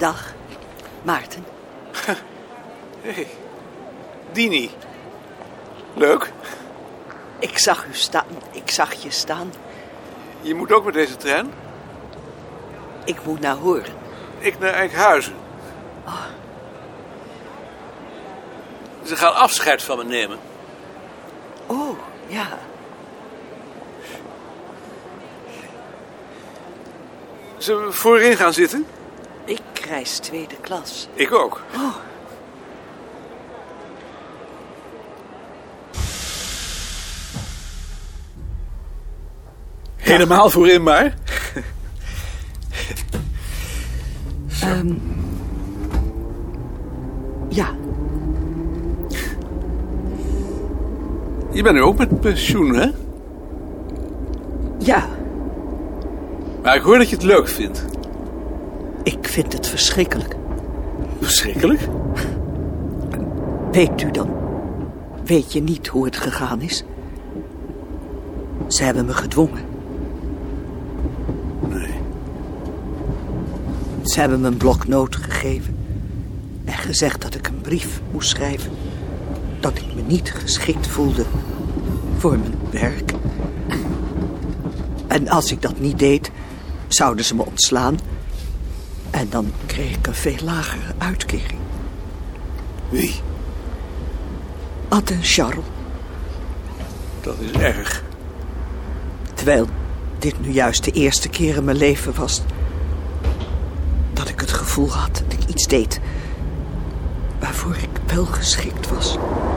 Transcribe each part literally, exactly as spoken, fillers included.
Dag, Maarten. Hey, Dini. Leuk. Ik zag u staan. Ik zag je staan. Je moet ook met deze trein? Ik moet naar Horen. Ik naar Enkhuizen. Oh. Ze gaan afscheid van me nemen. Oh, ja. Zullen we voorin gaan zitten? Ik reis tweede klas. Ik ook. Oh. Helemaal voorin maar. Um, ja. Je bent nu ook met pensioen, hè? Ja. Maar ik hoor dat je het leuk vindt. Ik vind het verschrikkelijk. Verschrikkelijk? Weet u dan? Weet je niet hoe het gegaan is? Ze hebben me gedwongen. Nee. Ze hebben me een blok noten gegeven. En gezegd dat ik een brief moest schrijven. Dat ik me niet geschikt voelde voor mijn werk. En als ik dat niet deed, zouden ze me ontslaan. En dan kreeg ik een veel lagere uitkering. Wie? Ad en Charles. Dat is erg. Terwijl dit nu juist de eerste keer in mijn leven was dat ik het gevoel had dat ik iets deed waarvoor ik wel geschikt was.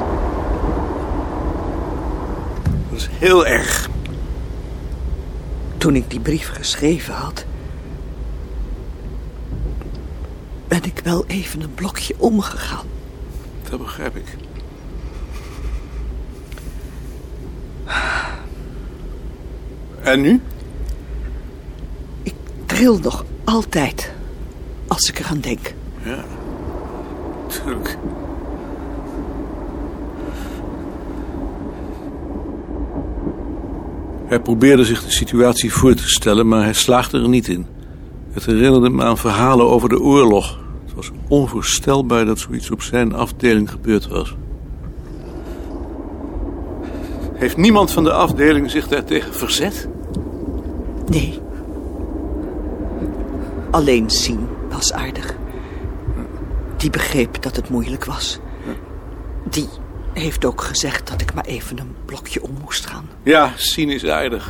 Dat is heel erg. Toen ik die brief geschreven had, ben ik wel even een blokje omgegaan. Dat begrijp ik. En nu? Ik tril nog altijd als ik eraan denk. Ja, natuurlijk. Hij probeerde zich de situatie voor te stellen, maar hij slaagde er niet in. Het herinnerde me aan verhalen over de oorlog. Het was onvoorstelbaar dat zoiets op zijn afdeling gebeurd was. Heeft niemand van de afdeling zich daartegen verzet? Nee. Alleen Sien was aardig. Die begreep dat het moeilijk was. Die heeft ook gezegd dat ik maar even een blokje om moest gaan. Ja, Sien is aardig.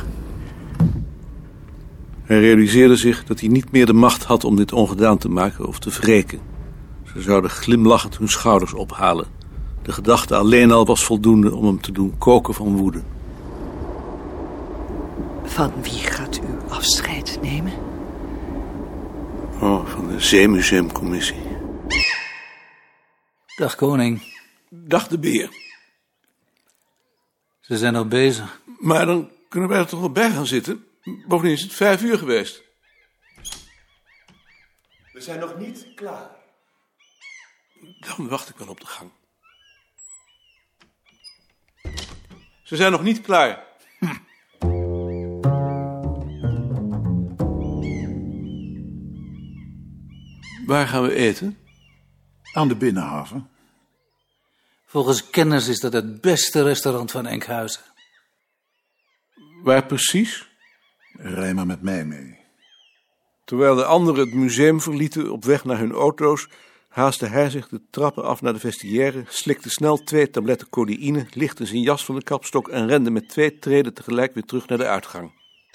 Hij realiseerde zich dat hij niet meer de macht had om dit ongedaan te maken of te wreken. Ze zouden glimlachend hun schouders ophalen. De gedachte alleen al was voldoende om hem te doen koken van woede. Van wie gaat u afscheid nemen? Oh, van de Zeemuseumcommissie. Dag, koning. Dag, de beer. Ze zijn nog bezig. Maar dan kunnen wij er toch wel bij gaan zitten? Bovendien is het vijf uur geweest. We zijn nog niet klaar. Dan wacht ik wel op de gang. Ze zijn nog niet klaar. Hm. Waar gaan we eten? Aan de Binnenhaven. Volgens kenners is dat het beste restaurant van Enkhuizen. Waar precies? Rij maar met mij mee. Terwijl de anderen het museum verlieten op weg naar hun auto's, haastte hij zich de trappen af naar de vestiaire, slikte snel twee tabletten codeïne, lichtte zijn jas van de kapstok en rende met twee treden tegelijk weer terug naar de uitgang.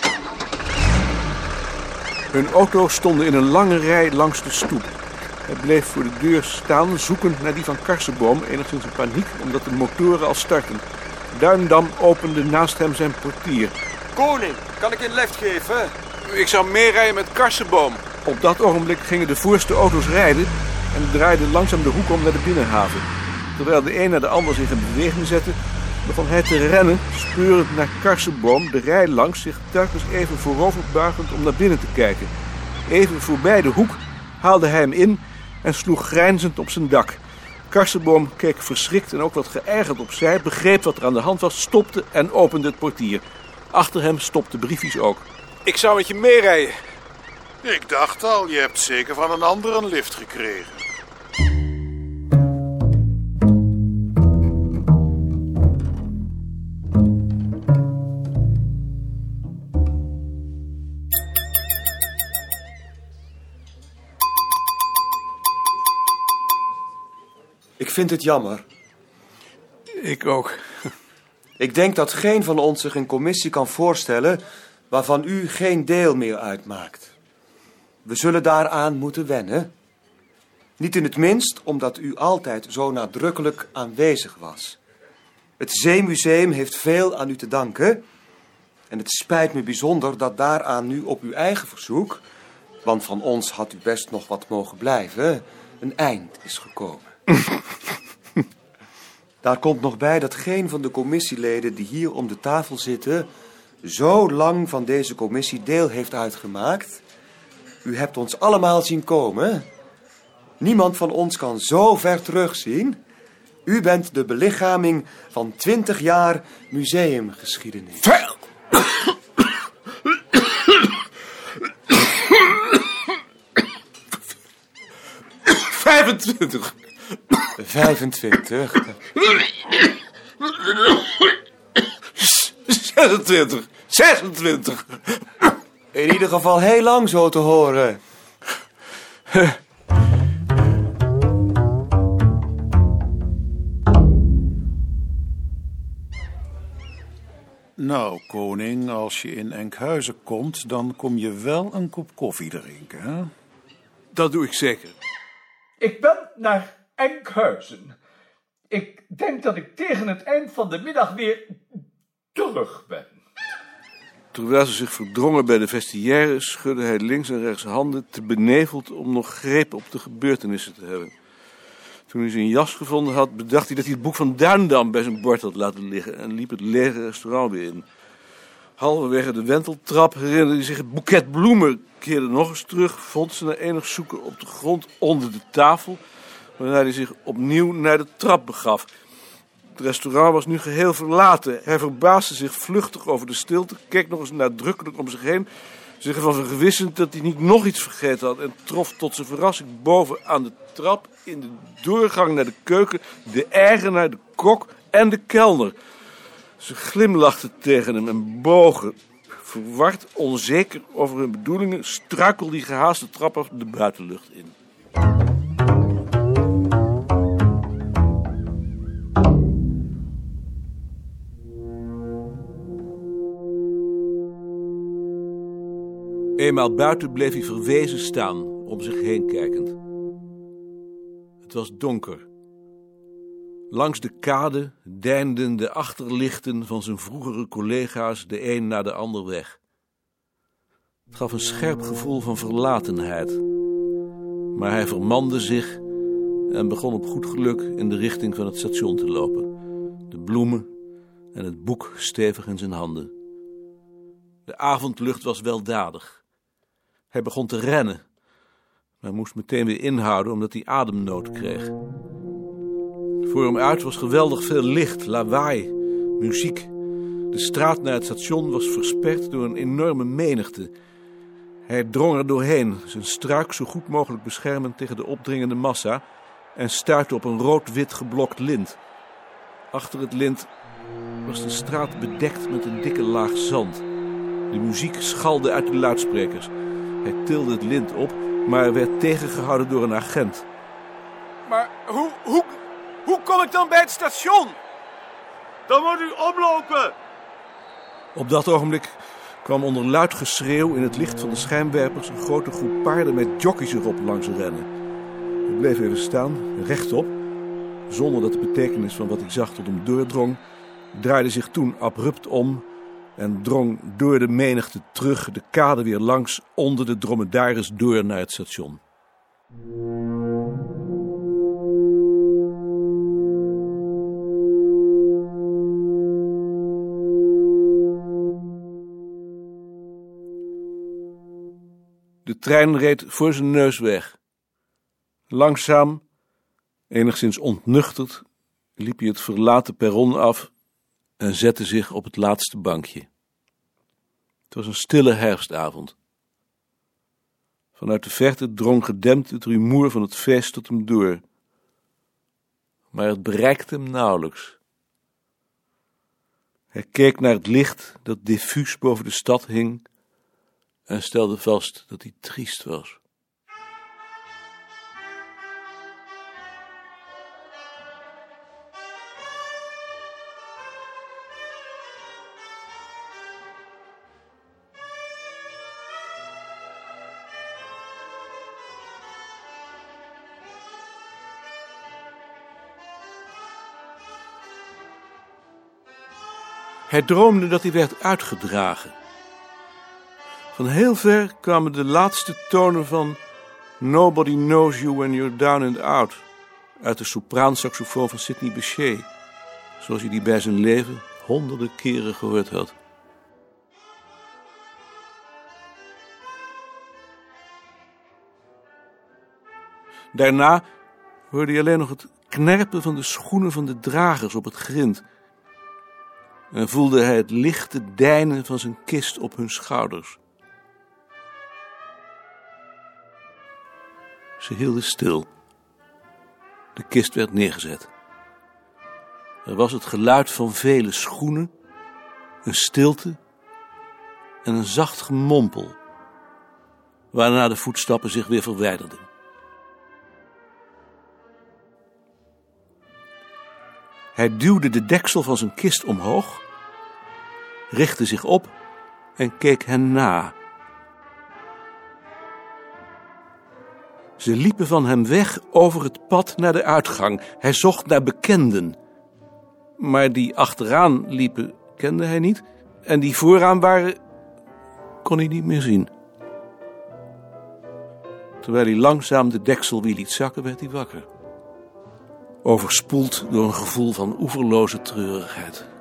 Hun auto's stonden in een lange rij langs de stoep. Hij bleef voor de deur staan, zoekend naar die van Karsenboom, enigszins in paniek, omdat de motoren al startten. Duindam opende naast hem zijn portier. Koning, kan ik een lift geven? Ik zou meerijden met Karsenboom. Op dat ogenblik gingen de voorste auto's rijden en draaiden langzaam de hoek om naar de Binnenhaven. Terwijl de een naar de ander zich in beweging zette, begon hij te rennen, speurend naar Karsenboom, de rij langs, zich telkens even voorover buigend om naar binnen te kijken. Even voorbij de hoek haalde hij hem in en sloeg grijnzend op zijn dak. Karsenboom keek verschrikt en ook wat geërgerd opzij, begreep wat er aan de hand was, stopte en opende het portier. Achter hem stopte Briefies ook. Ik zou met je meerijden. Ik dacht al, je hebt zeker van een ander een lift gekregen. Ik vind het jammer. Ik ook. Ik denk dat geen van ons zich een commissie kan voorstellen waarvan u geen deel meer uitmaakt. We zullen daaraan moeten wennen. Niet in het minst omdat u altijd zo nadrukkelijk aanwezig was. Het Zeemuseum heeft veel aan u te danken. En het spijt me bijzonder dat daaraan nu op uw eigen verzoek, want van ons had u best nog wat mogen blijven, een eind is gekomen. Daar komt nog bij dat geen van de commissieleden die hier om de tafel zitten zo lang van deze commissie deel heeft uitgemaakt. U hebt ons allemaal zien komen. Niemand van ons kan zo ver terugzien. U bent de belichaming van twintig jaar museumgeschiedenis. Ver... vijfentwintig. vijfentwintig. zesentwintig. zesentwintig. In ieder geval heel lang zo te horen. Nou, koning, als je in Enkhuizen komt, dan kom je wel een kop koffie drinken, hè? Dat doe ik zeker. Ik ben naar Enkhuizen. Ik denk dat ik tegen het eind van de middag weer terug ben. Terwijl ze zich verdrongen bij de vestiaire, schudde hij links en rechts handen, te beneveld om nog greep op de gebeurtenissen te hebben. Toen hij zijn jas gevonden had, bedacht hij dat hij het boek van Duindam bij zijn bord had laten liggen en liep het lege restaurant weer in. Halverwege de wenteltrap herinnerde hij zich het boeket bloemen, keerde nog eens terug, vond ze na enig zoeken op de grond onder de tafel, waarna hij zich opnieuw naar de trap begaf. Het restaurant was nu geheel verlaten. Hij verbaasde zich vluchtig over de stilte, keek nog eens nadrukkelijk om zich heen, zich ervan vergewissend dat hij niet nog iets vergeten had en trof tot zijn verrassing boven aan de trap in de doorgang naar de keuken de eigenaar, de kok en de kelner. Ze glimlachten tegen hem en bogen. Verward, onzeker over hun bedoelingen, struikelde hij gehaast de trap af de buitenlucht in. Eenmaal buiten bleef hij verwezen staan, om zich heen kijkend. Het was donker. Langs de kade deinden de achterlichten van zijn vroegere collega's de een na de ander weg. Het gaf een scherp gevoel van verlatenheid. Maar hij vermande zich en begon op goed geluk in de richting van het station te lopen. De bloemen en het boek stevig in zijn handen. De avondlucht was weldadig. Hij begon te rennen, maar moest meteen weer inhouden omdat hij ademnood kreeg. Voor hem uit was geweldig veel licht, lawaai, muziek. De straat naar het station was versperd door een enorme menigte. Hij drong er doorheen, zijn struik zo goed mogelijk beschermend tegen de opdringende massa, en stuitte op een rood-wit geblokt lint. Achter het lint was de straat bedekt met een dikke laag zand. De muziek schalde uit de luidsprekers. Hij tilde het lint op, maar werd tegengehouden door een agent. Maar hoe, hoe, hoe kom ik dan bij het station? Dan moet u omlopen. Op dat ogenblik kwam onder luid geschreeuw in het licht van de schijnwerpers een grote groep paarden met jockeys erop langs rennen. Ik bleef even staan, rechtop, zonder dat de betekenis van wat ik zag tot hem doordrong, draaide zich toen abrupt om en drong door de menigte terug de kade weer langs onder de dromedaris door naar het station. De trein reed voor zijn neus weg. Langzaam, enigszins ontnuchterd, liep hij het verlaten perron af en zette zich op het laatste bankje. Het was een stille herfstavond. Vanuit de verte drong gedempt het rumoer van het feest tot hem door. Maar het bereikte hem nauwelijks. Hij keek naar het licht dat diffuus boven de stad hing en stelde vast dat hij triest was. Hij droomde dat hij werd uitgedragen. Van heel ver kwamen de laatste tonen van Nobody Knows You When You're Down and Out uit de sopraansaxofoon van Sidney Bechet, zoals hij die bij zijn leven honderden keren gehoord had. Daarna hoorde hij alleen nog het knerpen van de schoenen van de dragers op het grind en voelde hij het lichte deinen van zijn kist op hun schouders. Ze hielden stil. De kist werd neergezet. Er was het geluid van vele schoenen, een stilte en een zacht gemompel, waarna de voetstappen zich weer verwijderden. Hij duwde de deksel van zijn kist omhoog, richtte zich op en keek hen na. Ze liepen van hem weg over het pad naar de uitgang. Hij zocht naar bekenden. Maar die achteraan liepen kende hij niet. En die vooraan waren, kon hij niet meer zien. Terwijl hij langzaam de deksel weer liet zakken, werd hij wakker. Overspoeld door een gevoel van oeverloze treurigheid.